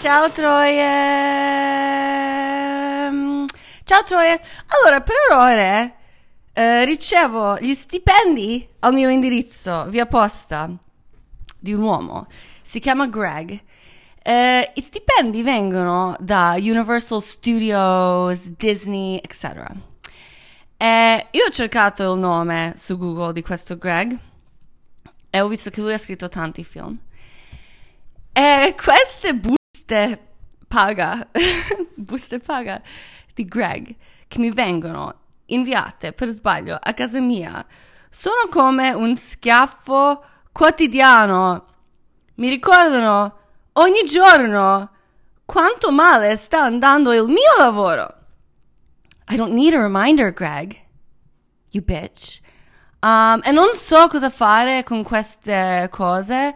Ciao Troie. Ciao Troie. Allora, per ore ricevo gli stipendi al mio indirizzo via posta di un uomo. Si chiama Greg. I stipendi vengono da Universal Studios, Disney, eccetera. Io ho cercato il nome su Google di questo Greg e ho visto che lui ha scritto tanti film. E queste buste paga di Greg che mi vengono inviate per sbaglio a casa mia sono come un schiaffo quotidiano. Mi ricordano ogni giorno quanto male sta andando il mio lavoro. I don't need a reminder, Greg. You bitch. E non so cosa fare con queste cose.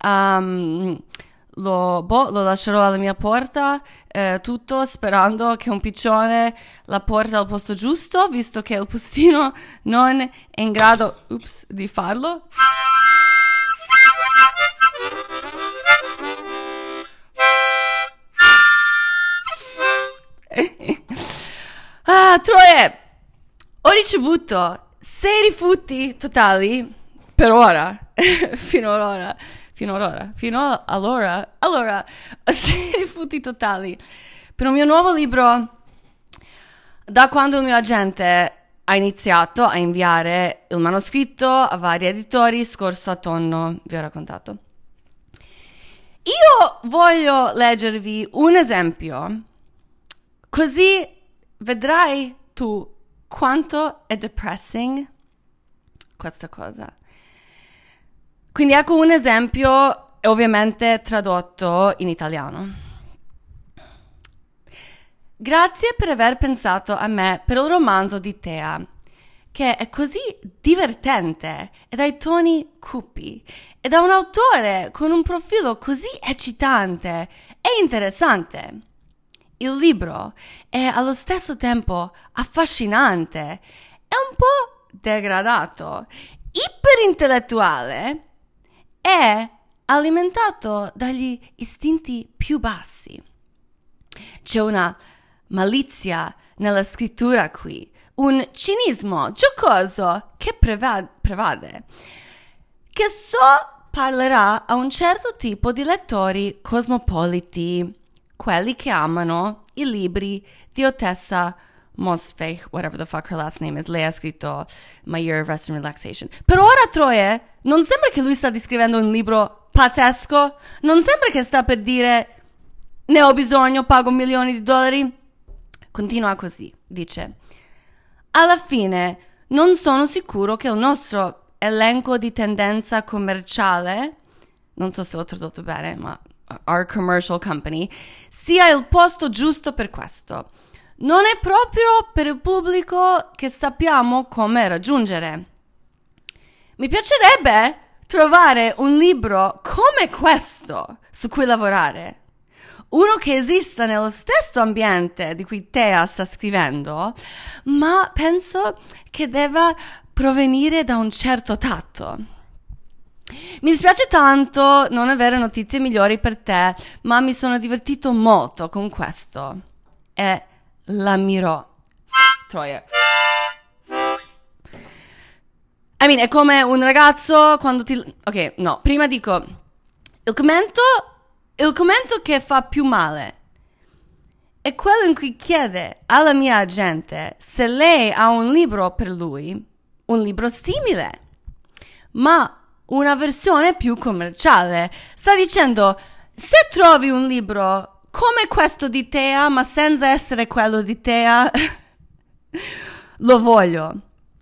Lo lascerò alla mia porta, tutto sperando che un piccione la porta al posto giusto, visto che il postino non è in grado, di farlo. Troie, ho ricevuto 6 rifiuti totali per ora, fino allora, 6 rifiuti totali per il mio nuovo libro da quando il mio agente ha iniziato a inviare il manoscritto a vari editori scorso autunno, vi ho raccontato. Io voglio leggervi un esempio, così vedrai tu quanto è depressing questa cosa. Quindi ecco un esempio, ovviamente tradotto in italiano. Grazie per aver pensato a me per il romanzo di Thea, che è così divertente e dai toni cupi, e da un autore con un profilo così eccitante e interessante. Il libro è allo stesso tempo affascinante e un po' degradato, iperintellettuale è alimentato dagli istinti più bassi. C'è una malizia nella scrittura qui, un cinismo giocoso che prevade, che so parlerà a un certo tipo di lettori cosmopoliti, quelli che amano i libri di Ottessa Moshfegh, whatever the fuck her last name is. Lei ha scritto My Year of Rest and Relaxation. Per ora, Troie, non sembra che lui sta descrivendo un libro pazzesco? Non sembra che sta per dire ne ho bisogno, pago milioni di dollari? Continua così, dice: alla fine non sono sicuro che il nostro elenco di tendenza commerciale, non so se l'ho tradotto bene, ma our commercial company, sia il posto giusto per questo. Non è proprio per il pubblico che sappiamo come raggiungere. Mi piacerebbe trovare un libro come questo su cui lavorare. Uno che esista nello stesso ambiente di cui Thea sta scrivendo, ma penso che debba provenire da un certo tatto. Mi dispiace tanto non avere notizie migliori per te, ma mi sono divertito molto con questo. E l'ammirò. Troie. È come un ragazzo quando ti... Ok, no, prima dico... Il commento che fa più male è quello in cui chiede alla mia agente se lei ha un libro per lui, un libro simile, ma una versione più commerciale. Sta dicendo, se trovi un libro come questo di Thea, ma senza essere quello di Thea, lo voglio.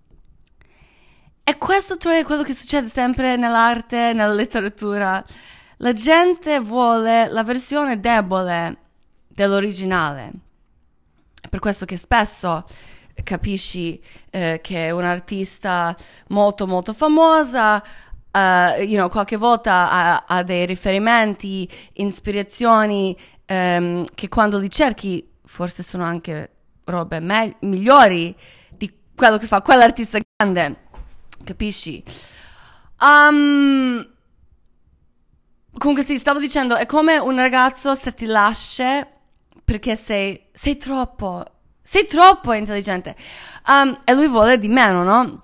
E questo è quello che succede sempre nell'arte, nella letteratura. La gente vuole la versione debole dell'originale. È per questo che spesso capisci che un artista molto molto famosa qualche volta ha dei riferimenti, ispirazioni che quando li cerchi forse sono anche robe migliori di quello che fa quell'artista grande, capisci? Comunque sì, stavo dicendo, è come un ragazzo se ti lascia perché sei troppo intelligente. E lui vuole di meno, no?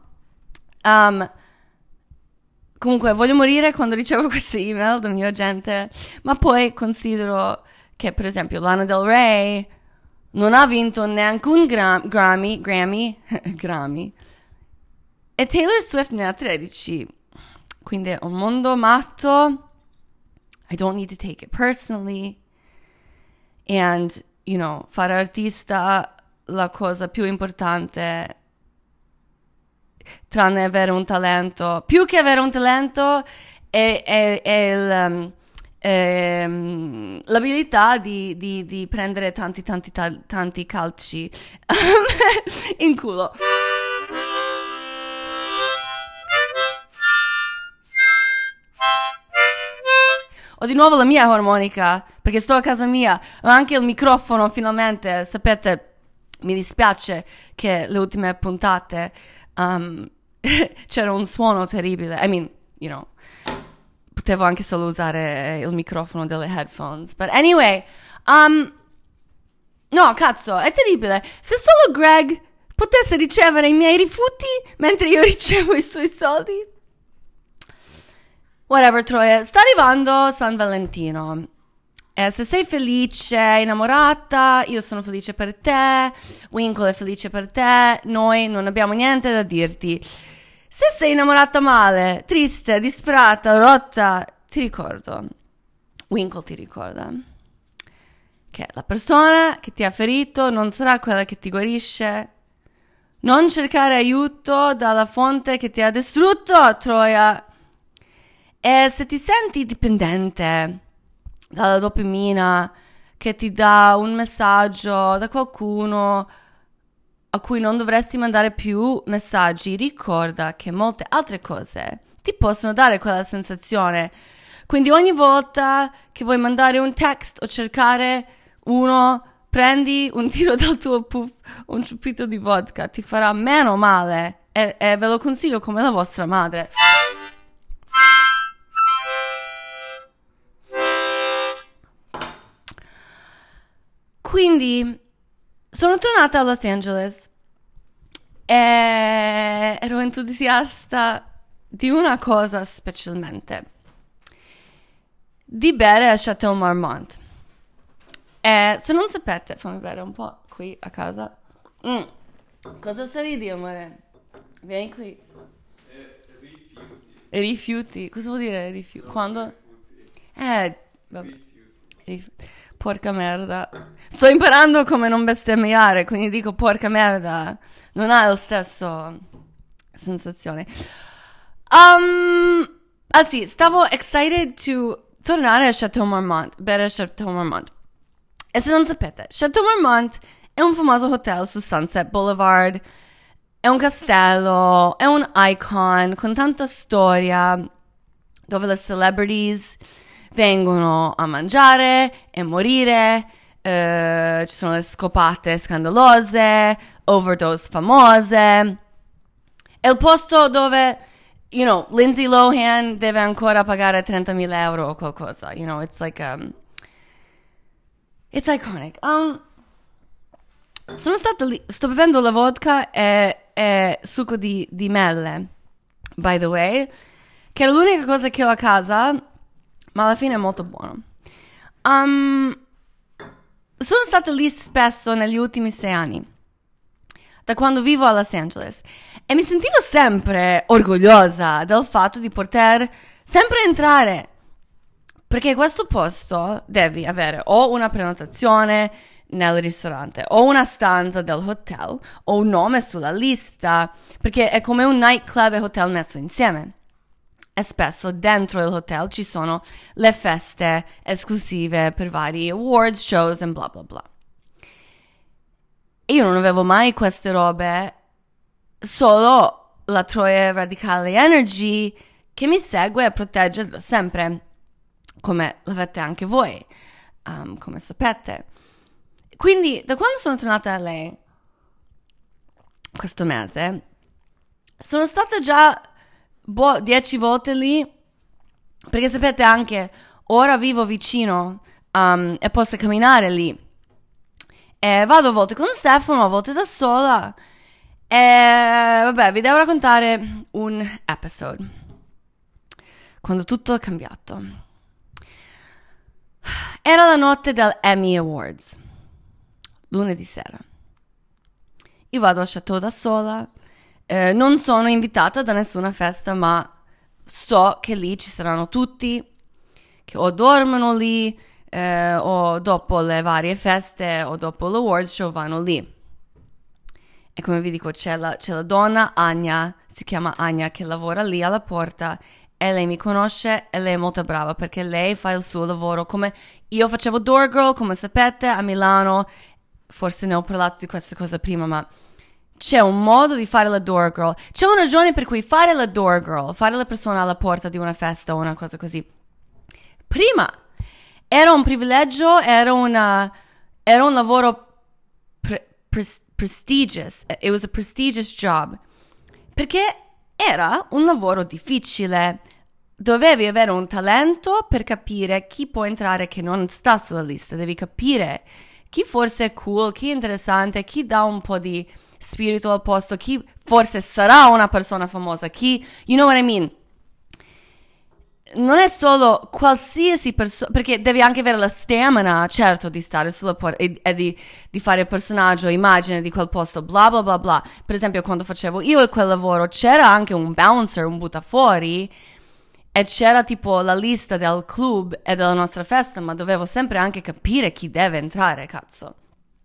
Comunque voglio morire quando ricevo queste email da mia gente, ma poi considero che per esempio Lana Del Rey non ha vinto neanche un Grammy e Taylor Swift ne ha 13, quindi è un mondo matto. I don't need to take it personally. And, you know, fare artista, la cosa più importante, tranne avere un talento, più che avere un talento, è l'abilità di prendere tanti calci in culo. Ho di nuovo la mia armonica, perché sto a casa mia, ho anche il microfono finalmente, sapete, mi dispiace che le ultime puntate c'era un suono terribile, I mean, you know, potevo anche solo usare il microfono delle headphones, but anyway, no, cazzo, è terribile, se solo Greg potesse ricevere i miei rifiuti mentre io ricevo i suoi soldi. Whatever, Troia, sta arrivando San Valentino. Se sei felice, innamorata, io sono felice per te, Winkle è felice per te, noi non abbiamo niente da dirti. Se sei innamorata male, triste, disperata, rotta, ti ricordo, Winkle ti ricorda che la persona che ti ha ferito non sarà quella che ti guarisce. Non cercare aiuto dalla fonte che ti ha distrutto, Troia. E se ti senti dipendente dalla dopamina che ti dà un messaggio da qualcuno a cui non dovresti mandare più messaggi, ricorda che molte altre cose ti possono dare quella sensazione. Quindi ogni volta che vuoi mandare un text o cercare uno, prendi un tiro dal tuo puff, un ciuffito di vodka, ti farà meno male e ve lo consiglio come la vostra madre. Quindi sono tornata a Los Angeles e ero entusiasta di una cosa specialmente, di bere a Chateau Marmont. E se non sapete, fammi bere un po' qui a casa. Cosa saridi, amore? Vieni qui. Rifiuti. Cosa vuol dire rifiuti? Quando? Vabbè. Porca merda. Sto imparando come non bestemmiare, quindi dico porca merda. Non ha la stessa sensazione. Sì, stavo excited to tornare a Chateau Marmont, bere a Chateau Marmont. E se non sapete, Chateau Marmont è un famoso hotel su Sunset Boulevard, è un castello, è un icon con tanta storia, dove le celebrities vengono a mangiare e morire, ci sono le scopate scandalose, overdose famose, è il posto dove, you know, Lindsay Lohan deve ancora pagare 30.000 euro o qualcosa, you know, it's like, it's iconic. Sono stata lì, sto bevendo la vodka e succo di mele, by the way, che è l'unica cosa che ho a casa, ma alla fine è molto buono. Sono stata lì spesso negli ultimi 6 anni, da quando vivo a Los Angeles, e mi sentivo sempre orgogliosa del fatto di poter sempre entrare, perché questo posto devi avere o una prenotazione nel ristorante o una stanza del hotel o un nome sulla lista, perché è come un nightclub e hotel messo insieme. E spesso dentro il hotel ci sono le feste esclusive per vari awards, shows e bla bla bla. Io non avevo mai queste robe, solo la Troia Radicale Energy che mi segue e protegge da sempre, come l'avete anche voi, come sapete. Quindi da quando sono tornata a LA questo mese, sono stata già 10 volte lì, perché sapete anche ora vivo vicino e posso camminare lì. E vado a volte con Stefano, a volte da sola. E vabbè, vi devo raccontare un episode quando tutto è cambiato. Era la notte del Emmy Awards, lunedì sera. Io vado a Chateau da sola, non sono invitata da nessuna festa, ma so che lì ci saranno tutti, che o dormono lì, o dopo le varie feste, o dopo l'Awards show vanno lì. E come vi dico, c'è la donna, Anya, si chiama Anya, che lavora lì alla porta, e lei mi conosce e lei è molto brava perché lei fa il suo lavoro come io facevo door girl, come sapete, a Milano. Forse ne ho parlato di questa cosa prima, ma c'è un modo di fare la door girl. C'è una ragione per cui fare la door girl, fare la persona alla porta di una festa o una cosa così, prima era un privilegio, era un lavoro prestigious. It was a prestigious job. Perché era un lavoro difficile. Dovevi avere un talento per capire chi può entrare e chi non sta sulla lista. Devi capire chi forse è cool, chi è interessante, chi dà un po' di spirito al posto, chi forse sarà una persona famosa, chi, you know what I mean? Non è solo qualsiasi persona, perché devi anche avere la stamina, certo, di stare sulla porta e di fare il personaggio, immagine di quel posto, bla bla bla bla. Per esempio, quando facevo io quel lavoro, c'era anche un bouncer, un buttafuori, e c'era tipo la lista del club e della nostra festa, ma dovevo sempre anche capire chi deve entrare, cazzo.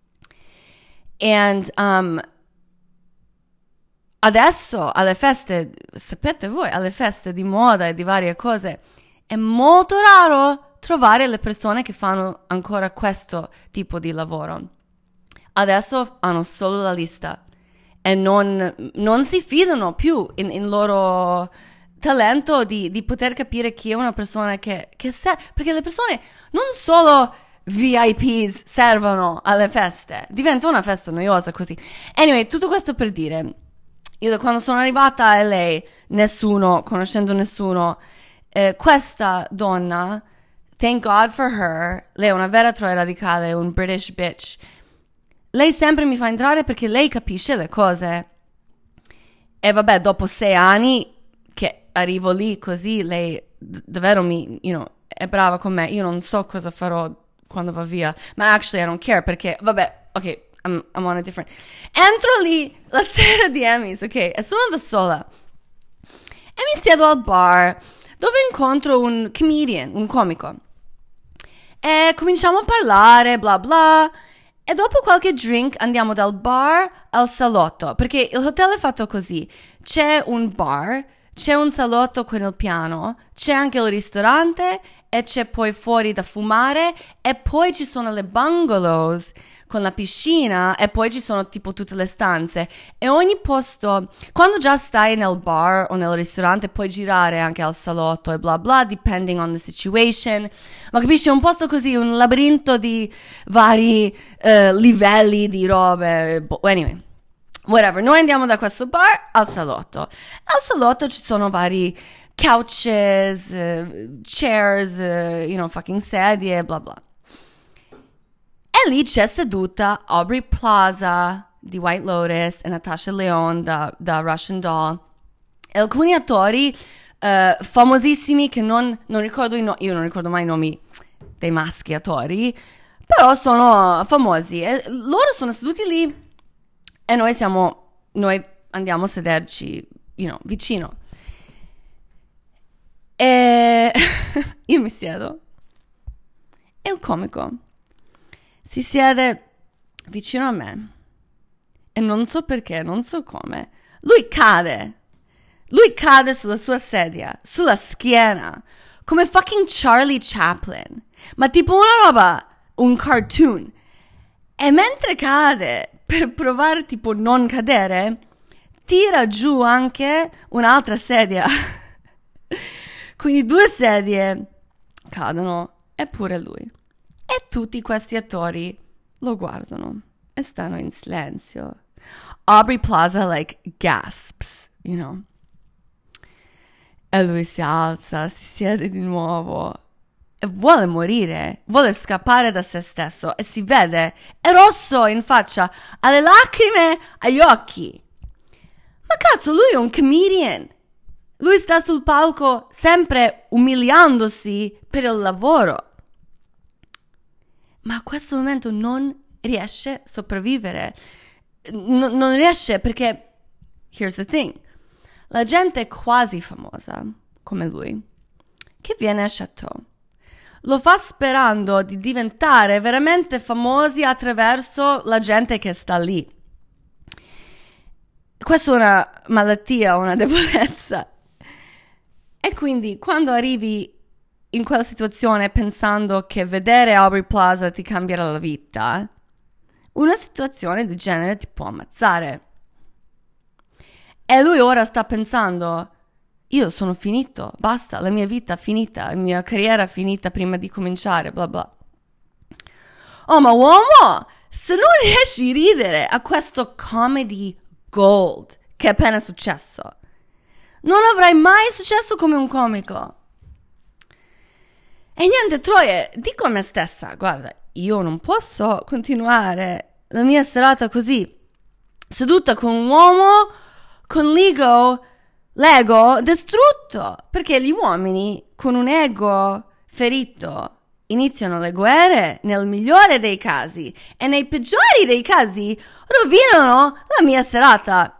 And adesso alle feste, sapete voi, alle feste di moda e di varie cose, è molto raro trovare le persone che fanno ancora questo tipo di lavoro. Adesso hanno solo la lista e non si fidano più in loro talento di poter capire chi è una persona che perché le persone non solo VIPs servono alle feste, diventa una festa noiosa così. Anyway, tutto questo per dire, io da quando sono arrivata a LA, conoscendo nessuno, questa donna, thank God for her, lei è una vera troia radicale, un British bitch, lei sempre mi fa entrare perché lei capisce le cose. E vabbè, dopo 6 anni che arrivo lì così, lei davvero è brava con me. Io non so cosa farò quando va via, ma actually I don't care perché, vabbè, ok, I'm on a different. Entro lì la sera di Emmys, ok, e sono da sola. E mi siedo al bar dove incontro un comedian, un comico. E cominciamo a parlare, bla bla. E dopo qualche drink andiamo dal bar al salotto, perché il hotel è fatto così. C'è un bar, c'è un salotto con il piano, c'è anche il ristorante e c'è poi fuori da fumare e poi ci sono le bungalows con la piscina e poi ci sono tipo tutte le stanze e ogni posto, quando già stai nel bar o nel ristorante puoi girare anche al salotto e bla bla, depending on the situation, ma capisci, è un posto così, un labirinto di vari livelli di robe, anyway, whatever. Noi andiamo da questo bar al salotto. Al salotto ci sono vari couches, chairs, fucking sedie, bla bla. E lì c'è seduta Aubrey Plaza di White Lotus e Natasha Lyonne da Russian Doll e alcuni attori famosissimi che non ricordo io non ricordo mai i nomi dei maschi attori, però sono famosi e loro sono seduti lì e noi andiamo a sederci vicino e io mi siedo e il comico si siede vicino a me e non so perché, non so come, lui cade sulla sua sedia, sulla schiena, come fucking Charlie Chaplin, ma tipo una roba, un cartoon, e mentre cade, per provare tipo non cadere, tira giù anche un'altra sedia, quindi 2 sedie cadono e pure lui. E tutti questi attori lo guardano e stanno in silenzio. Aubrey Plaza gasps, E lui si alza, si siede di nuovo e vuole morire, vuole scappare da se stesso e si vede, è rosso in faccia, ha le lacrime agli occhi. Ma cazzo, lui è un comedian. Lui sta sul palco sempre umiliandosi per il lavoro. Ma a questo momento non riesce a sopravvivere. Non riesce perché, here's the thing, la gente quasi famosa, come lui, che viene a Chateau, lo fa sperando di diventare veramente famosi attraverso la gente che sta lì. Questa è una malattia, una debolezza. E quindi quando arrivi in quella situazione pensando che vedere Aubrey Plaza ti cambierà la vita, una situazione del genere ti può ammazzare. E lui ora sta pensando, io sono finito, basta, la mia vita è finita, la mia carriera è finita prima di cominciare, bla bla. Oh, ma uomo, se non riesci a ridere a questo comedy gold che è appena successo, non avrai mai successo come un comico. E niente, Troie, dico a me stessa, guarda, io non posso continuare la mia serata così, seduta con un uomo con l'ego distrutto, perché gli uomini con un ego ferito iniziano le guerre nel migliore dei casi e nei peggiori dei casi rovinano la mia serata.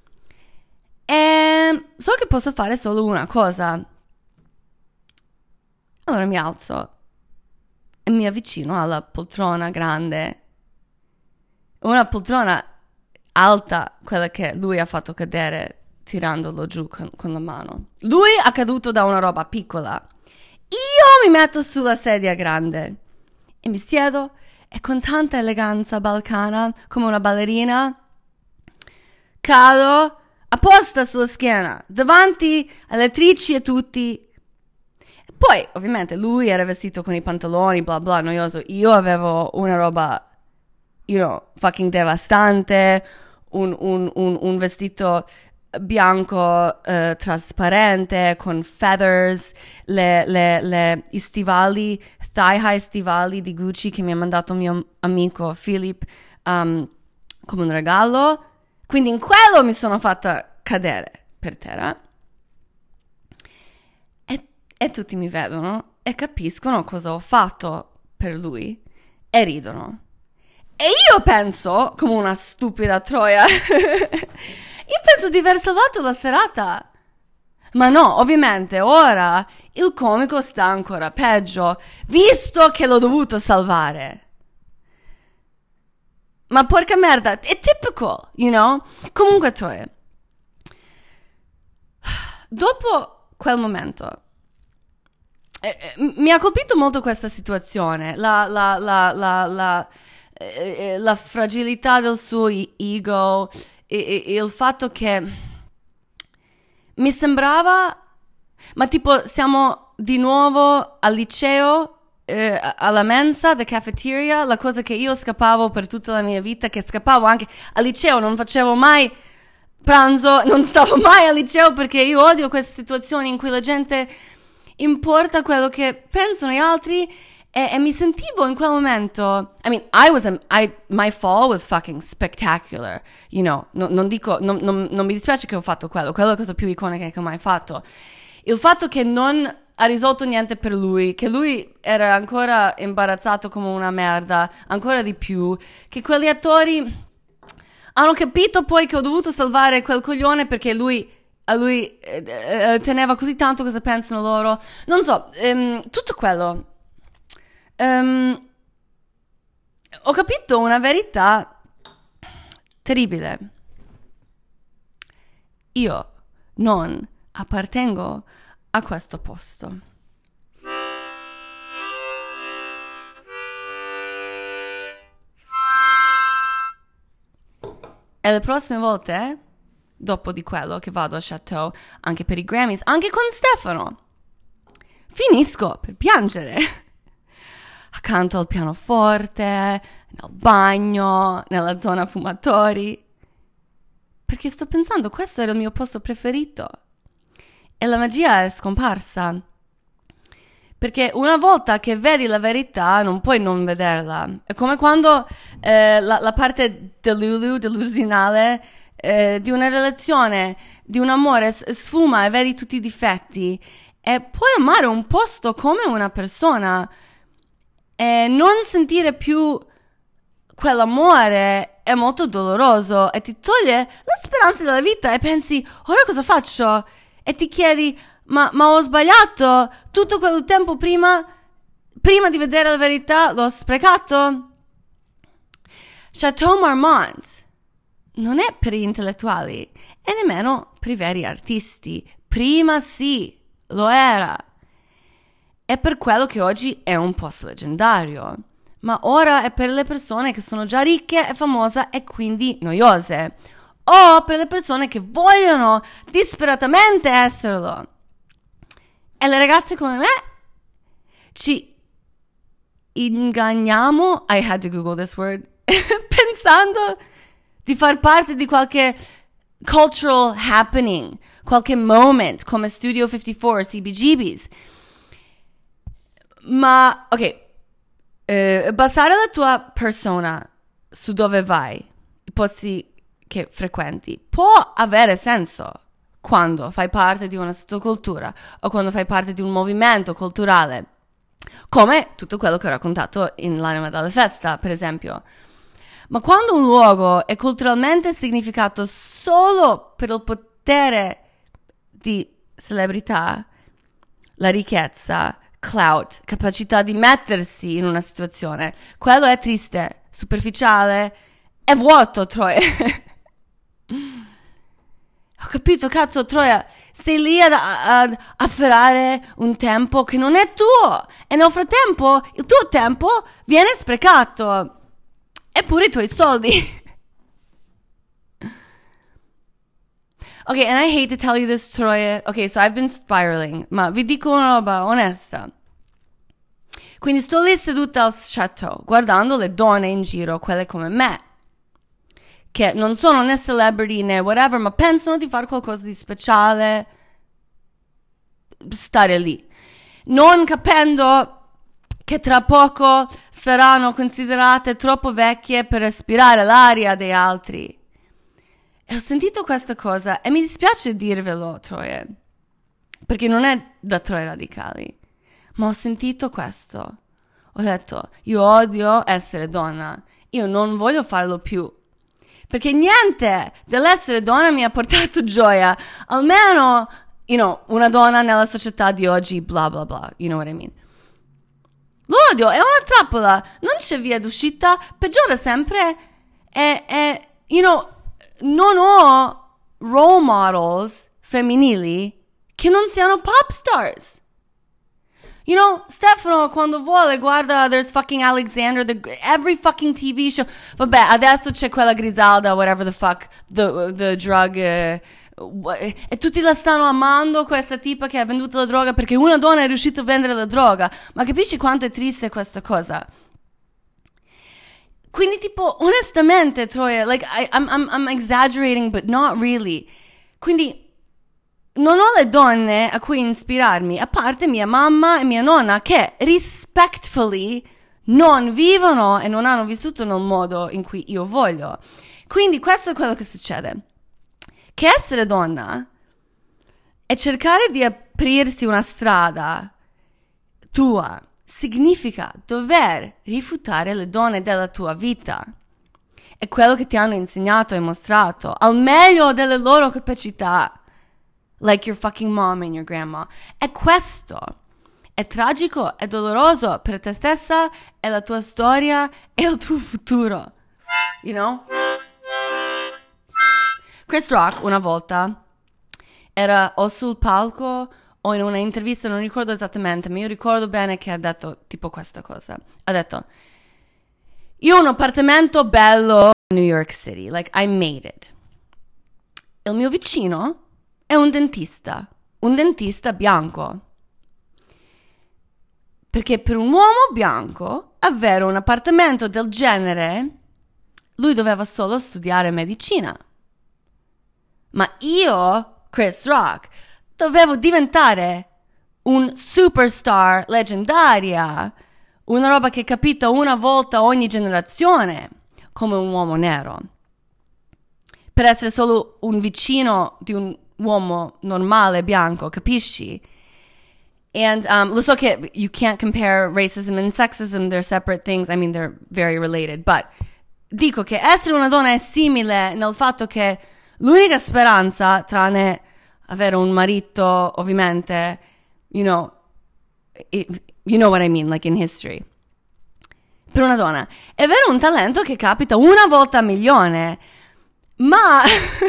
E so che posso fare solo una cosa. Allora mi alzo e mi avvicino alla poltrona grande. Una poltrona alta, quella che lui ha fatto cadere tirandolo giù con la mano. Lui è caduto da una roba piccola. Io mi metto sulla sedia grande e mi siedo e con tanta eleganza balcana, come una ballerina, cado apposta sulla schiena, davanti alle attrici e tutti. Poi, ovviamente, lui era vestito con i pantaloni, bla bla, noioso. Io avevo una roba, fucking devastante, un vestito bianco trasparente con feathers, i stivali, thigh high stivali di Gucci che mi ha mandato mio amico Philip come un regalo. Quindi in quello mi sono fatta cadere per terra e tutti mi vedono e capiscono cosa ho fatto per lui e ridono. E io penso, come una stupida troia, io penso di aver salvato la serata. Ma no, ovviamente ora il comico sta ancora peggio, visto che l'ho dovuto salvare. Ma porca merda, è typical, Comunque, troia, dopo quel momento, mi ha colpito molto questa situazione, la fragilità del suo ego e il fatto che mi sembrava, ma tipo siamo di nuovo al liceo, alla mensa, the cafeteria, la cosa che io scappavo per tutta la mia vita, che scappavo anche al liceo, non facevo mai pranzo, non stavo mai al liceo perché io odio queste situazioni in cui la gente importa quello che pensano gli altri e mi sentivo in quel momento, my fall was fucking spectacular, non mi dispiace che ho fatto quello è la cosa più iconica che ho mai fatto. Il fatto che non ha risolto niente per lui, che lui era ancora imbarazzato come una merda, ancora di più, che quegli attori hanno capito poi che ho dovuto salvare quel coglione perché a lui teneva così tanto cosa pensano loro. Non so, tutto quello. Ho capito una verità terribile. Io non appartengo a questo posto. E le prossime volte, dopo di quello che vado a Chateau, anche per i Grammys, anche con Stefano, finisco per piangere. Accanto al pianoforte, nel bagno, nella zona fumatori. Perché sto pensando, questo era il mio posto preferito. E la magia è scomparsa. Perché una volta che vedi la verità non puoi non vederla. È come quando la parte delusionale di una relazione, di un amore sfuma e vedi tutti i difetti e puoi amare un posto come una persona e non sentire più quell'amore è molto doloroso e ti toglie la speranza della vita e pensi, ora cosa faccio? E ti chiedi, ma ho sbagliato? Tutto quel tempo prima di vedere la verità l'ho sprecato? Chateau Marmont non è per gli intellettuali e nemmeno per i veri artisti. Prima sì, lo era. È per quello che oggi è un posto leggendario. Ma ora è per le persone che sono già ricche e famose e quindi noiose. O per le persone che vogliono disperatamente esserlo. E le ragazze come me ci inganniamo, I had to Google this word, pensando di far parte di qualche cultural happening, qualche moment come Studio 54, CBGBs. Ma, ok, basare la tua persona su dove vai, i posti che frequenti, può avere senso quando fai parte di una sottocultura o quando fai parte di un movimento culturale, come tutto quello che ho raccontato in L'anima dalla festa, per esempio. Ma quando un luogo è culturalmente significato solo per il potere di celebrità, la ricchezza, clout, capacità di mettersi in una situazione, quello è triste, superficiale, è vuoto, Troia. Ho capito, cazzo, Troia, sei lì ad afferrare un tempo che non è tuo e nel frattempo il tuo tempo viene sprecato. Eppure i tuoi soldi. Ok, and I hate to tell you this, Troia. Ok, so I've been spiraling, ma vi dico una roba onesta. Quindi sto lì seduta al chateau, guardando le donne in giro, quelle come me, che non sono né celebrity né whatever, ma pensano di fare qualcosa di speciale, stare lì. Non capendo che tra poco saranno considerate troppo vecchie per respirare l'aria dei altri. E ho sentito questa cosa e mi dispiace dirvelo, Troia, perché non è da Troie Radicali, ma ho sentito questo. Ho detto, io odio essere donna, io non voglio farlo più, perché niente dell'essere donna mi ha portato gioia, almeno, una donna nella società di oggi, bla bla bla, you know what I mean. L'odio è una trappola, non c'è via d'uscita, peggiora sempre e non ho role models femminili che non siano pop stars. Stefano quando vuole guarda There's fucking Alexander, every fucking TV show. Vabbè, adesso c'è quella Griselda, whatever the fuck, the drug, e tutti la stanno amando, questa tipa che ha venduto la droga perché una donna è riuscita a vendere la droga. Ma capisci quanto è triste questa cosa? Quindi tipo, onestamente, Troia, like, I'm exaggerating, but not really. Quindi non ho le donne a cui ispirarmi, a parte mia mamma e mia nonna, che respectfully non vivono e non hanno vissuto nel modo in cui io voglio. Quindi questo è quello che succede. Che essere donna e cercare di aprirsi una strada tua significa dover rifiutare le donne della tua vita e quello che ti hanno insegnato e mostrato al meglio delle loro capacità, like your fucking mom and your grandma. E questo è tragico e doloroso per te stessa e la tua storia e il tuo futuro, you know? Chris Rock una volta era o sul palco o in una intervista, non ricordo esattamente, ma io ricordo bene che ha detto tipo questa cosa. Ha detto, io ho un appartamento bello a New York City, like I made it. Il mio vicino è un dentista bianco. Perché per un uomo bianco avere un appartamento del genere, lui doveva solo studiare medicina. Ma io, Chris Rock, dovevo diventare un superstar leggendaria, una roba che capita una volta ogni generazione, come un uomo nero. Per essere solo un vicino di un uomo normale, bianco, capisci? And lo so che you can't compare racism and sexism, they're separate things, I mean they're very related, but dico che essere una donna è simile nel fatto che l'unica speranza, tranne avere un marito, ovviamente, you know what I mean, like in history, per una donna è avere un talento che capita una volta a milione, ma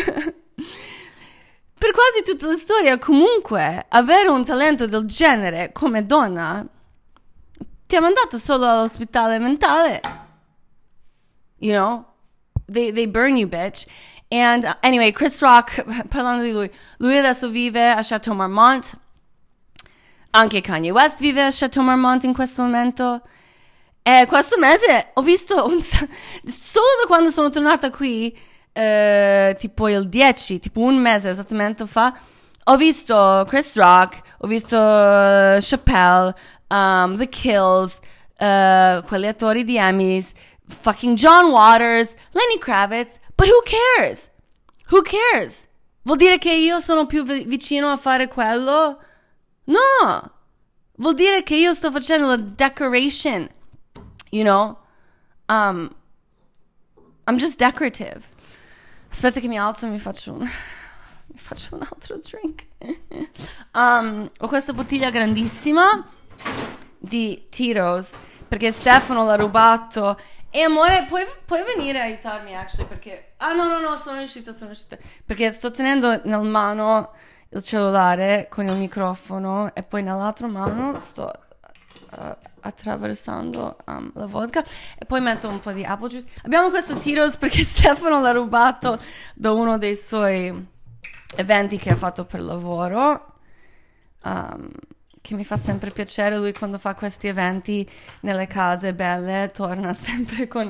per quasi tutta la storia comunque avere un talento del genere come donna ti ha mandato solo all'ospedale mentale, you know, they burn you, bitch. And anyway, Chris Rock, parlando di lui adesso vive a Chateau Marmont, anche Kanye West vive a Chateau Marmont in questo momento. E questo mese ho visto solo da quando sono tornata qui, tipo il 10, tipo un mese esattamente fa, ho visto Chris Rock, ho visto Chappelle, The Kills, quelli attori di Emmys, fucking John Waters, Lenny Kravitz, but who cares? Who cares? Vuol dire che io sono più vicino a fare quello? No! Vuol dire che io sto facendo la decoration, you know? I'm just decorative. Aspetta che mi alzo e mi faccio un altro drink. Ho questa bottiglia grandissima di Tito's perché Stefano l'ha rubato. E amore, puoi venire a aiutarmi, actually, perché no, sono riuscita perché sto tenendo nel mano il cellulare con il microfono e poi nell'altra mano sto attraversando la vodka e poi metto un po' di apple juice. Abbiamo questo Tito's perché Stefano l'ha rubato da uno dei suoi eventi che ha fatto per lavoro, che mi fa sempre piacere. Lui quando fa questi eventi nelle case belle torna sempre con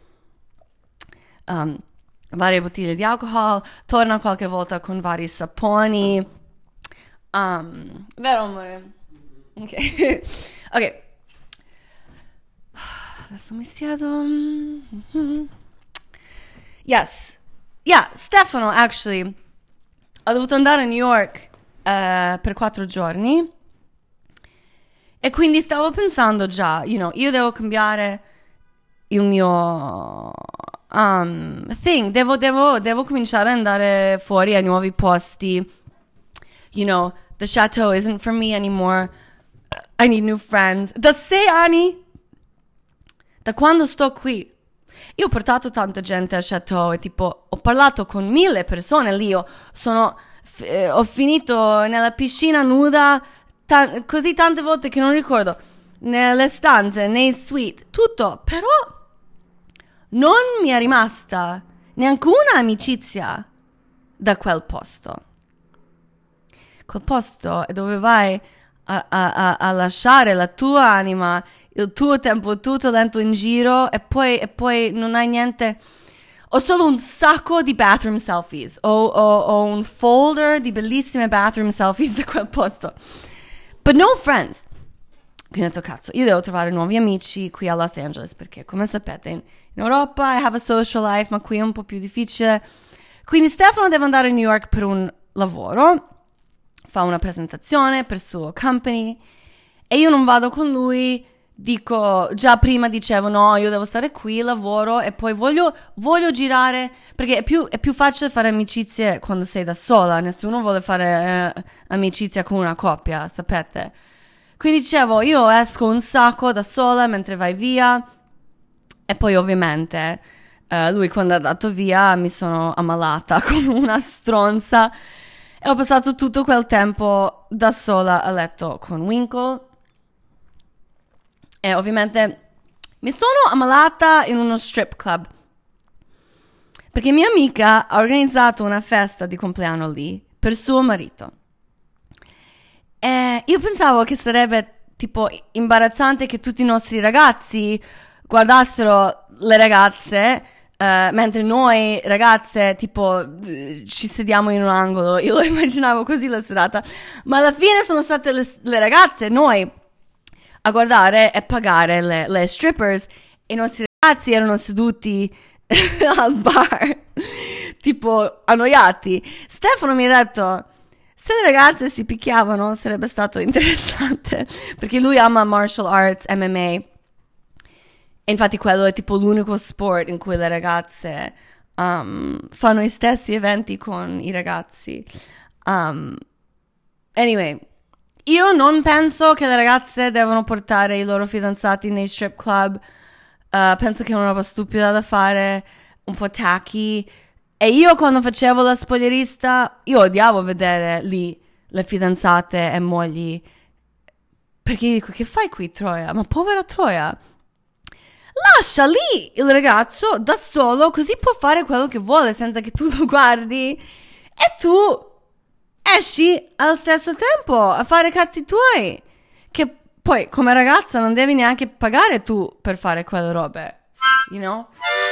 varie bottiglie di alcol, torna qualche volta con vari saponi, vero amore? Ok. Ok, adesso mi siedo. Yes, yeah, Stefano actually ha dovuto andare a New York per 4 giorni e quindi stavo pensando già, you know, io devo cambiare il mio thing, devo cominciare ad andare fuori a nuovi posti, you know, the chateau isn't for me anymore, I need new friends. Da 6 anni, da quando sto qui, io ho portato tanta gente al chateau e tipo ho parlato con 1000 persone lì, ho finito nella piscina nuda così tante volte che non ricordo, nelle stanze, nei suite, tutto, però non mi è rimasta neanche una amicizia da quel posto. Quel posto è dove vai a lasciare la tua anima, il tuo tempo, il tuo talento in giro e poi non hai niente. Ho solo un sacco di bathroom selfies, ho un folder di bellissime bathroom selfies da quel posto, but no friends. Quindi ho detto cazzo, io devo trovare nuovi amici qui a Los Angeles perché come sapete in Europa I have a social life, ma qui è un po' più difficile. Quindi Stefano deve andare a New York per un lavoro, fa una presentazione per il suo company e io non vado con lui. Dico, già prima dicevo no, io devo stare qui, lavoro e poi voglio girare perché è più facile fare amicizie quando sei da sola, nessuno vuole fare amicizia con una coppia, sapete. Quindi dicevo, io esco un sacco da sola mentre vai via e poi ovviamente lui quando è andato via mi sono ammalata come una stronza e ho passato tutto quel tempo da sola a letto con Winkle. E ovviamente mi sono ammalata in uno strip club perché mia amica ha organizzato una festa di compleanno lì per suo marito. E io pensavo che sarebbe tipo imbarazzante che tutti i nostri ragazzi guardassero le ragazze mentre noi ragazze tipo ci sediamo in un angolo. Io lo immaginavo così la serata, ma alla fine sono state le ragazze, noi, a guardare e pagare le strippers, e i nostri ragazzi erano seduti al bar tipo annoiati. Stefano mi ha detto, se le ragazze si picchiavano sarebbe stato interessante, perché lui ama martial arts, MMA. E infatti quello è tipo l'unico sport in cui le ragazze fanno i stessi eventi con i ragazzi. Anyway, io non penso che le ragazze devono portare i loro fidanzati nei strip club. Penso che è una roba stupida da fare, un po' tacky. E io quando facevo la spogliarista, io odiavo vedere lì le fidanzate e mogli. Perché dico, che fai qui, Troia? Ma povera Troia, lascia lì il ragazzo da solo, così può fare quello che vuole senza che tu lo guardi, e tu esci allo stesso tempo a fare cazzi tuoi, che poi come ragazza non devi neanche pagare tu per fare quelle robe, you know?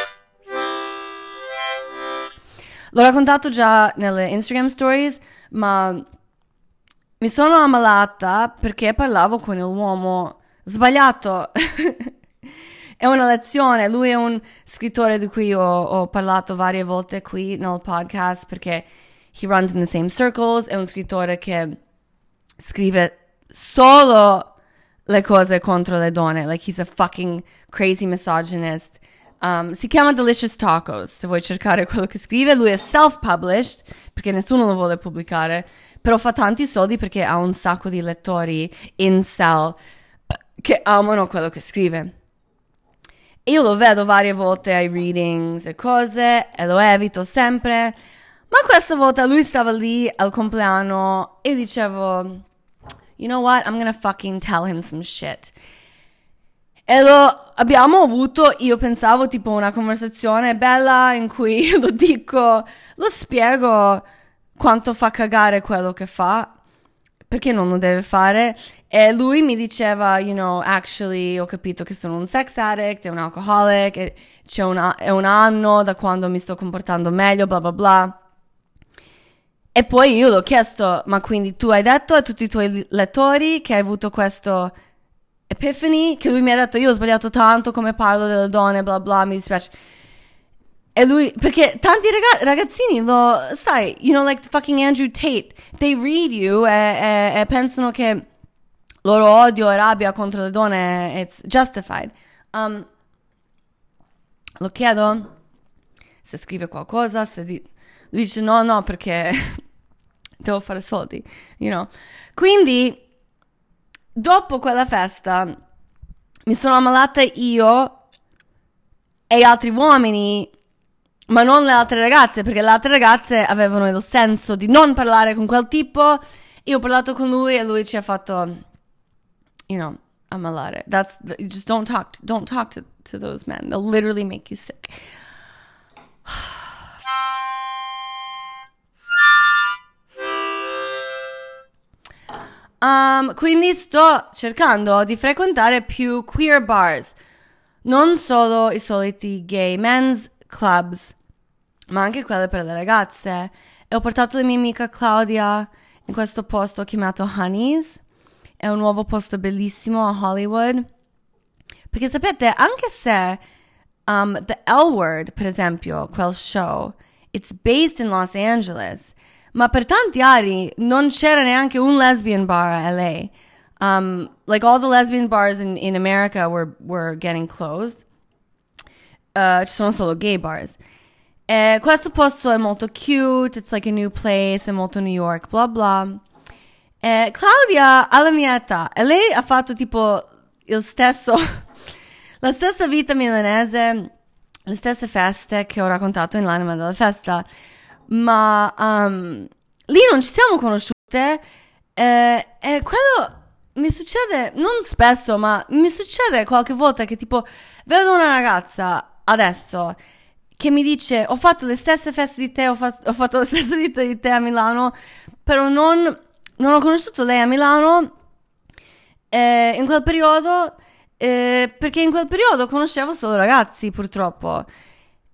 L'ho raccontato già nelle Instagram stories, ma mi sono ammalata perché parlavo con l'uomo sbagliato. È una lezione, lui è un scrittore di cui ho parlato varie volte qui nel podcast, perché he runs in the same circles, è un scrittore che scrive solo le cose contro le donne, like he's a fucking crazy misogynist. Si chiama Delicious Tacos, se vuoi cercare quello che scrive. Lui è self-published, perché nessuno lo vuole pubblicare, però fa tanti soldi perché ha un sacco di lettori incel che amano quello che scrive. Io lo vedo varie volte ai readings e cose, e lo evito sempre, ma questa volta lui stava lì al compleanno e io dicevo, you know what, I'm gonna fucking tell him some shit. E lo abbiamo avuto, io pensavo, tipo una conversazione bella in cui lo dico, lo spiego quanto fa cagare quello che fa, perché non lo deve fare. E lui mi diceva, you know, actually ho capito che sono un sex addict, è un alcoholic, e è un anno da quando mi sto comportando meglio, bla bla bla. E poi io l'ho chiesto, ma quindi tu hai detto a tutti i tuoi lettori che hai avuto questo epiphany? Che lui mi ha detto, io ho sbagliato tanto come parlo delle donne, bla bla, mi dispiace. E lui, perché tanti ragazzini lo, sai, you know, like fucking Andrew Tate, they read you e pensano che loro odio e rabbia contro le donne, it's justified. Lo chiedo se scrive qualcosa, se lui dice no, perché devo fare soldi, you know. Quindi, dopo quella festa, mi sono ammalata io e gli altri uomini, ma non le altre ragazze, perché le altre ragazze avevano il senso di non parlare con quel tipo. Io ho parlato con lui e lui ci ha fatto, you know, ammalare. Just don't talk to those men. They'll literally make you sick. Quindi sto cercando di frequentare più queer bars, non solo i soliti gay men's clubs, ma anche quelle per le ragazze. E ho portato la mia amica Claudia in questo posto chiamato Honey's. È un nuovo posto bellissimo a Hollywood, perché sapete, anche se The L Word, per esempio, quel show, it's based in Los Angeles, ma per tanti anni non c'era neanche un lesbian bar a LA. Like all the lesbian bars in America were getting closed. Ci sono solo gay bars. Questo posto è molto cute, it's like a new place, è molto New York, bla bla. Claudia ha la mia età e lei ha fatto tipo la stessa vita milanese, le stesse feste che ho raccontato in L'anima della festa, ma lì non ci siamo conosciute, e quello mi succede non spesso, ma mi succede qualche volta che tipo vedo una ragazza adesso che mi dice ho fatto le stesse feste di te, ho fatto la stessa vita di te a Milano, però non ho conosciuto lei a Milano in quel periodo, perché in quel periodo conoscevo solo ragazzi, purtroppo.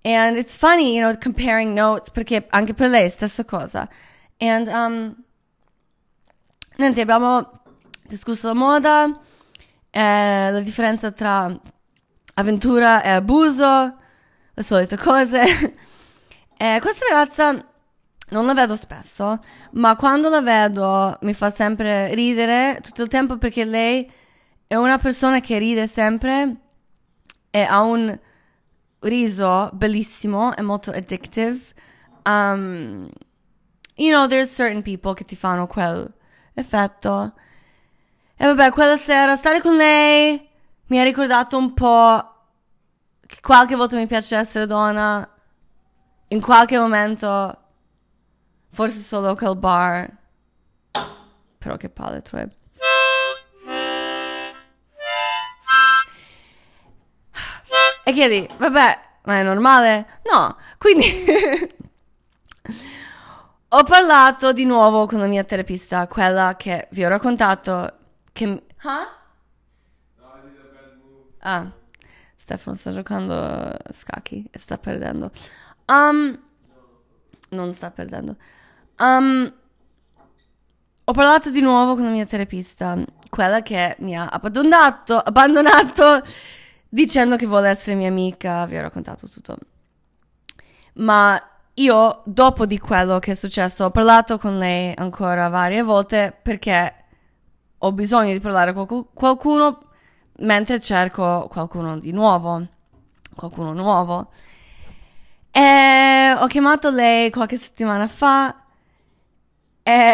And it's funny, you know, comparing notes, perché anche per lei è stessa cosa. And, niente, abbiamo discusso la moda, la differenza tra avventura e abuso, le solite cose. Questa ragazza non la vedo spesso, ma quando la vedo mi fa sempre ridere tutto il tempo, perché lei è una persona che ride sempre e ha un riso bellissimo, è molto addictive. You know, there's certain people che ti fanno quel effetto. E vabbè, quella sera stare con lei mi ha ricordato un po' che qualche volta mi piace essere donna, in qualche momento, forse solo quel bar. Però che palle, Troy. E chiedi, vabbè, ma è normale? No, quindi ho parlato di nuovo con la mia terapista, quella che vi ho raccontato che... Ah, Stefano sta giocando scacchi e sta perdendo. Non sta perdendo. Ho parlato di nuovo con la mia terapista, quella che mi ha abbandonato dicendo che vuole essere mia amica. Vi ho raccontato tutto. Ma io, dopo di quello che è successo, ho parlato con lei ancora varie volte, perché ho bisogno di parlare con qualcuno mentre cerco qualcuno nuovo. E ho chiamato lei qualche settimana fa e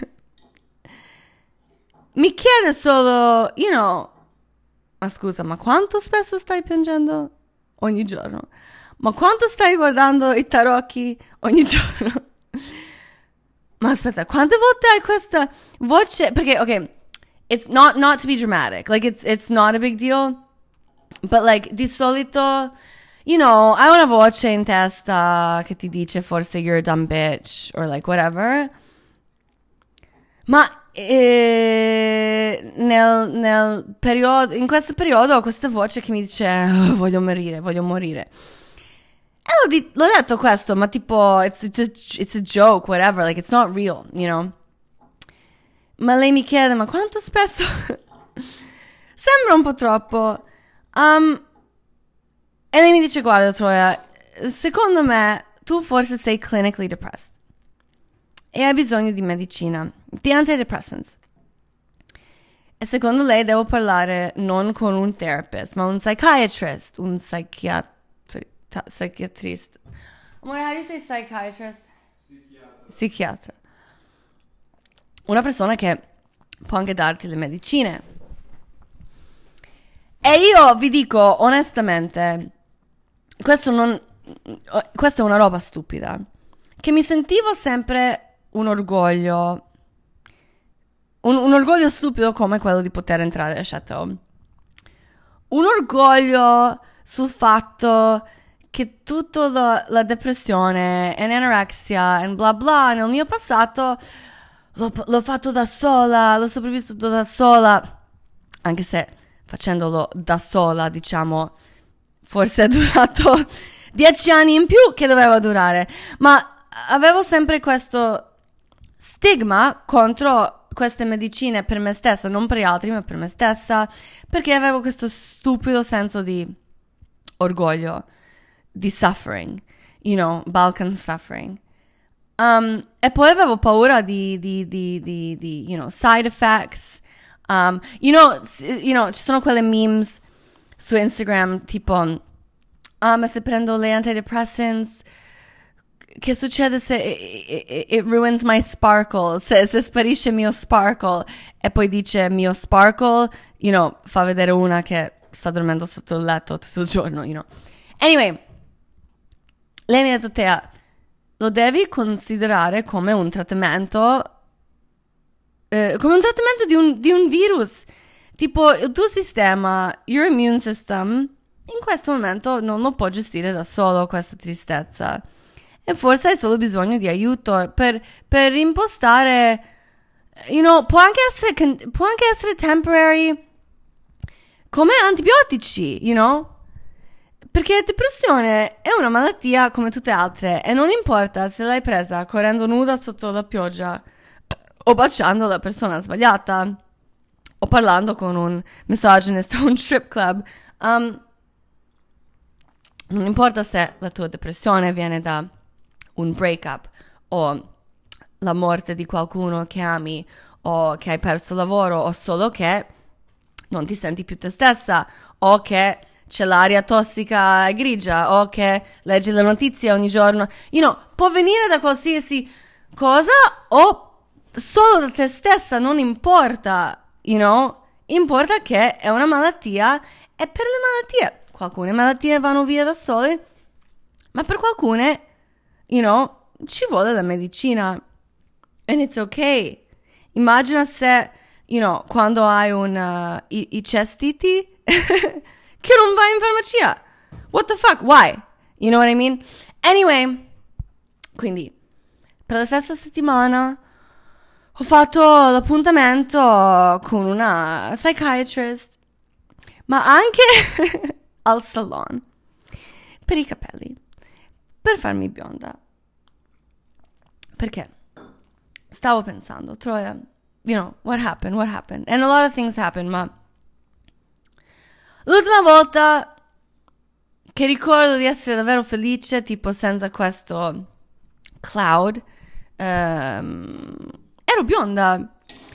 mi chiede solo, you know, ma scusa, ma quanto spesso stai piangendo? Ogni giorno. Ma quanto stai guardando i tarocchi? Ogni giorno. Ma aspetta, quante volte hai questa voce? Perché, ok, it's not to be dramatic. Like, it's not a big deal. But, like, di solito, you know, hai una voce in testa che ti dice forse you're a dumb bitch or, like, whatever. Ma nel periodo, in questo periodo ho questa voce che mi dice oh, voglio morire. E l'ho detto questo, ma tipo it's a joke, whatever, like it's not real, you know. Ma lei mi chiede, ma quanto spesso? Sembra un po' troppo. E lei mi dice, guarda Troia, secondo me tu forse sei clinically depressed e hai bisogno di medicina, di antidepressants. E secondo lei devo parlare non con un therapist, ma un psychiatrist, un psychiatrist. Amore, how do you say psychiatrist? Psichiatra. Una persona che può anche darti le medicine. E io vi dico onestamente, questa è una roba stupida, che mi sentivo sempre un orgoglio stupido come quello di poter entrare a Chateau. Un orgoglio sul fatto che tutta la depressione e l'anorexia e bla bla nel mio passato l'ho fatto da sola, l'ho sopravvissuto da sola, anche se facendolo da sola, diciamo, forse è durato 10 anni in più che doveva durare, ma avevo sempre questo stigma contro queste medicine per me stessa, non per gli altri, ma per me stessa, perché avevo questo stupido senso di orgoglio, di suffering, you know, Balkan suffering. E poi avevo paura di you know, side effects. You know, ci sono quelle memes su Instagram tipo, ma se prendo le antidepressants, che succede se it ruins my sparkle, se sparisce il mio sparkle, e poi dice mio sparkle, you know, fa vedere una che sta dormendo sotto il letto tutto il giorno, you know. Anyway, lei mi ha detto, Tea, lo devi considerare come un trattamento di un virus. Tipo, il tuo sistema, your immune system, in questo momento non lo può gestire da solo questa tristezza. E forse hai solo bisogno di aiuto per impostare, you know, può anche essere temporary, come antibiotici, you know? Perché depressione è una malattia come tutte altre e non importa se l'hai presa correndo nuda sotto la pioggia o baciando la persona sbagliata o parlando con un misogynist a un strip club. Non importa se la tua depressione viene da un breakup o la morte di qualcuno che ami o che hai perso il lavoro o solo che non ti senti più te stessa o che c'è l'aria tossica e grigia o che leggi le notizie ogni giorno. Può venire da qualsiasi cosa o solo da te stessa, non importa, Importa che è una malattia e per le malattie, alcune malattie vanno via da sole, ma per alcune, ci vuole la medicina. And it's okay. Immagina se, quando hai i cestiti che non vai in farmacia. What the fuck? Why? You know what I mean? Anyway, quindi, per la stessa settimana ho fatto l'appuntamento con una psychiatrist, ma anche al salon, per i capelli, per farmi bionda. Perché stavo pensando, Troia, what happened? And a lot of things happened, ma l'ultima volta che ricordo di essere davvero felice, tipo senza questo cloud, ero bionda.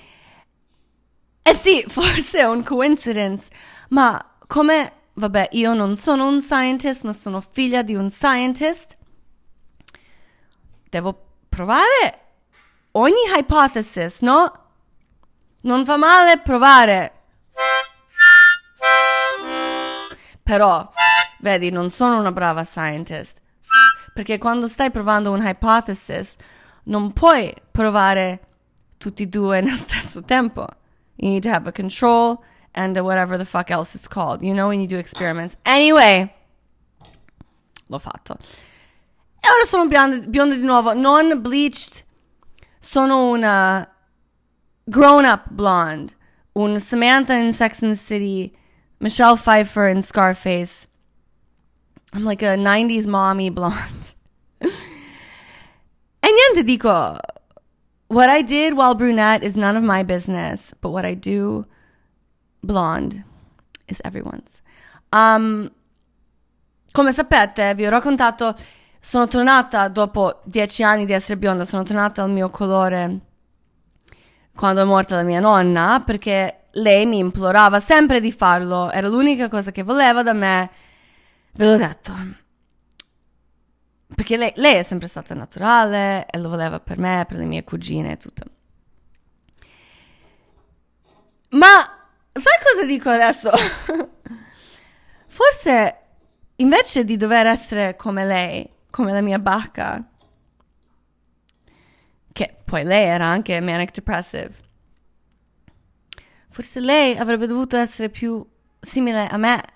Sì, forse è un coincidence, ma vabbè, io non sono un scientist, ma sono figlia di un scientist, devo provare ogni hypothesis, no? Non fa male provare. Però, vedi, non sono una brava scientist, perché quando stai provando un hypothesis non puoi provare tutti e due nel stesso tempo. You need to have a control and whatever the fuck else is called, when you do experiments. Anyway, l'ho fatto. E ora sono bionda di nuovo, non bleached. Sono una grown-up blonde. Un Samantha in Sex and the City, Michelle Pfeiffer in Scarface. I'm like a 90s mommy blonde. E niente, dico, what I did while brunette is none of my business, but what I do blonde is everyone's. Come sapete, vi ho raccontato, sono tornata dopo 10 anni di essere bionda, sono tornata al mio colore quando è morta la mia nonna, perché lei mi implorava sempre di farlo, era l'unica cosa che voleva da me, ve l'ho detto. Perché lei è sempre stata naturale e lo voleva per me, per le mie cugine e tutto. Ma sai cosa dico adesso? Forse invece di dover essere come lei, come la mia bacca, che poi lei era anche manic depressive, forse lei avrebbe dovuto essere più simile a me.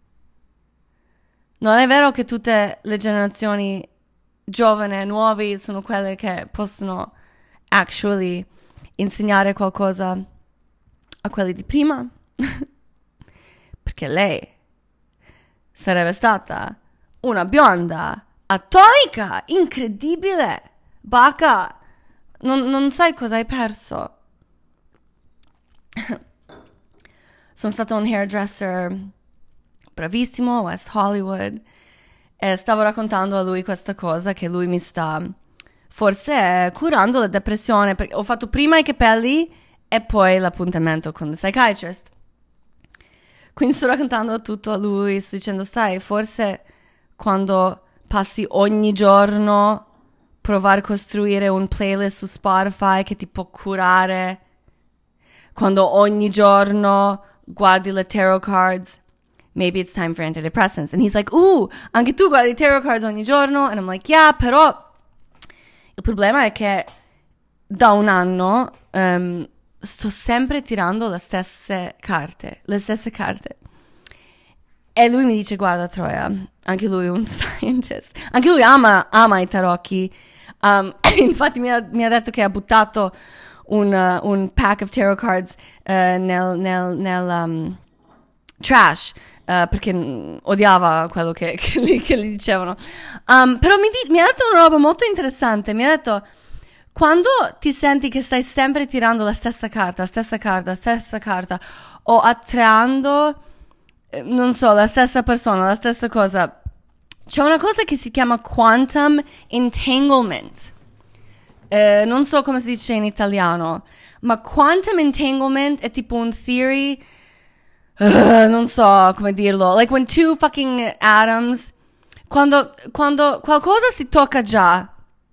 Non è vero che tutte le generazioni giovani e nuovi sono quelle che possono actually insegnare qualcosa a quelli di prima? Perché lei sarebbe stata una bionda atomica, incredibile. Bacca, non sai cosa hai perso. Sono stata un hairdresser bravissimo a West Hollywood e stavo raccontando a lui questa cosa, che lui mi sta forse curando la depressione, perché ho fatto prima i capelli e poi l'appuntamento con il psychiatrist. Quindi sto raccontando tutto a lui, sto dicendo, sai, forse quando passi ogni giorno provare a costruire un playlist su Spotify che ti può curare, quando ogni giorno guardi le tarot cards, maybe it's time for antidepressants. And he's like, anche tu guardi tarot cards ogni giorno? And I'm like, yeah, però il problema è che da un anno sto sempre tirando le stesse carte. E lui mi dice, guarda Troia, anche lui è un scientist, anche lui ama i tarocchi. Infatti mi ha detto che ha buttato un pack of tarot cards trash, perché odiava quello che gli dicevano. Però mi ha detto una roba molto interessante. Mi ha detto, quando ti senti che stai sempre tirando la stessa carta, o attraendo, non so, la stessa persona, la stessa cosa, c'è una cosa che si chiama quantum entanglement. Non so come si dice in italiano, ma quantum entanglement è tipo un theory, non so come dirlo, like when two fucking atoms, quando qualcosa si tocca già,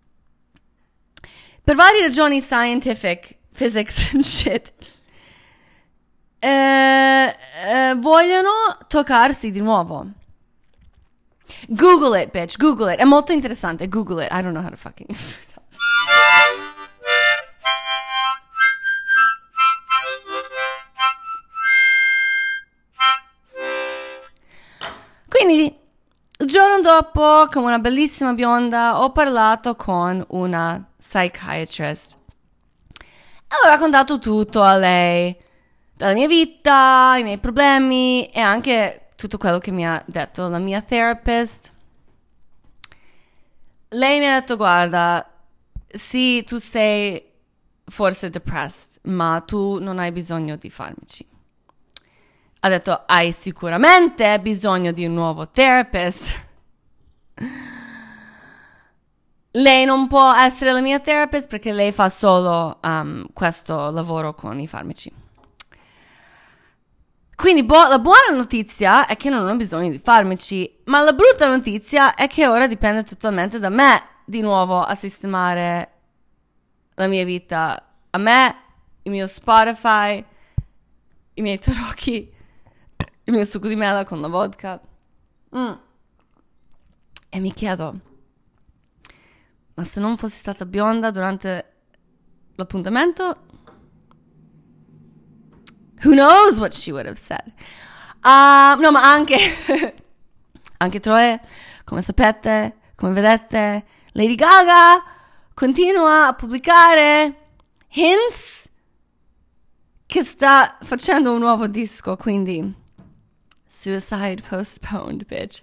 per varie ragioni scientific, physics and shit, vogliono toccarsi di nuovo. Google it, bitch, Google it. È molto interessante, Google it. I don't know how to fucking... Quindi, il giorno dopo, come una bellissima bionda, ho parlato con una psychiatrist. E ho raccontato tutto a lei, dalla mia vita, i miei problemi e anche tutto quello che mi ha detto la mia therapist. Lei mi ha detto, guarda, sì, tu sei forse depressed, ma tu non hai bisogno di farmaci. Ha detto, hai sicuramente bisogno di un nuovo therapist. Lei non può essere la mia therapist perché lei fa solo questo lavoro con i farmaci. Quindi la buona notizia è che non ho bisogno di farmaci, ma la brutta notizia è che ora dipende totalmente da me di nuovo a sistemare la mia vita. A me, il mio Spotify, i miei tarocchi, il mio succo di mela con la vodka. E mi chiedo, ma se non fossi stata bionda durante l'appuntamento, who knows what she would have said. No, ma anche Troy, come sapete, come vedete, Lady Gaga continua a pubblicare hints che sta facendo un nuovo disco, quindi suicide postponed, bitch.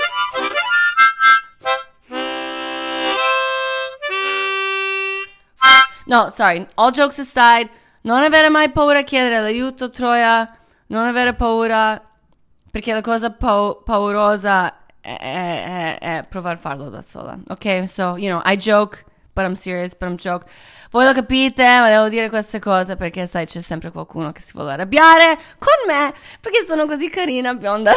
No, sorry, all jokes aside, non avere mai paura a chiedere l'aiuto, Troia, non avere paura, perché la cosa paurosa è provare a farlo da sola, ok? So, you know, I joke, but I'm serious, but I'm joke. Voi lo capite, ma devo dire queste cose perché, sai, c'è sempre qualcuno che si vuole arrabbiare con me, perché sono così carina, bionda.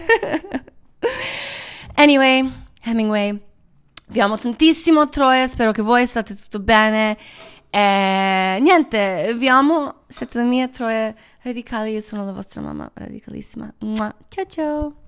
Anyway, Hemingway, vi amo tantissimo, Troia, spero che voi state tutto bene. Niente, vi amo, siete le mie Troie radicali, io sono la vostra mamma radicalissima. Ciao ciao.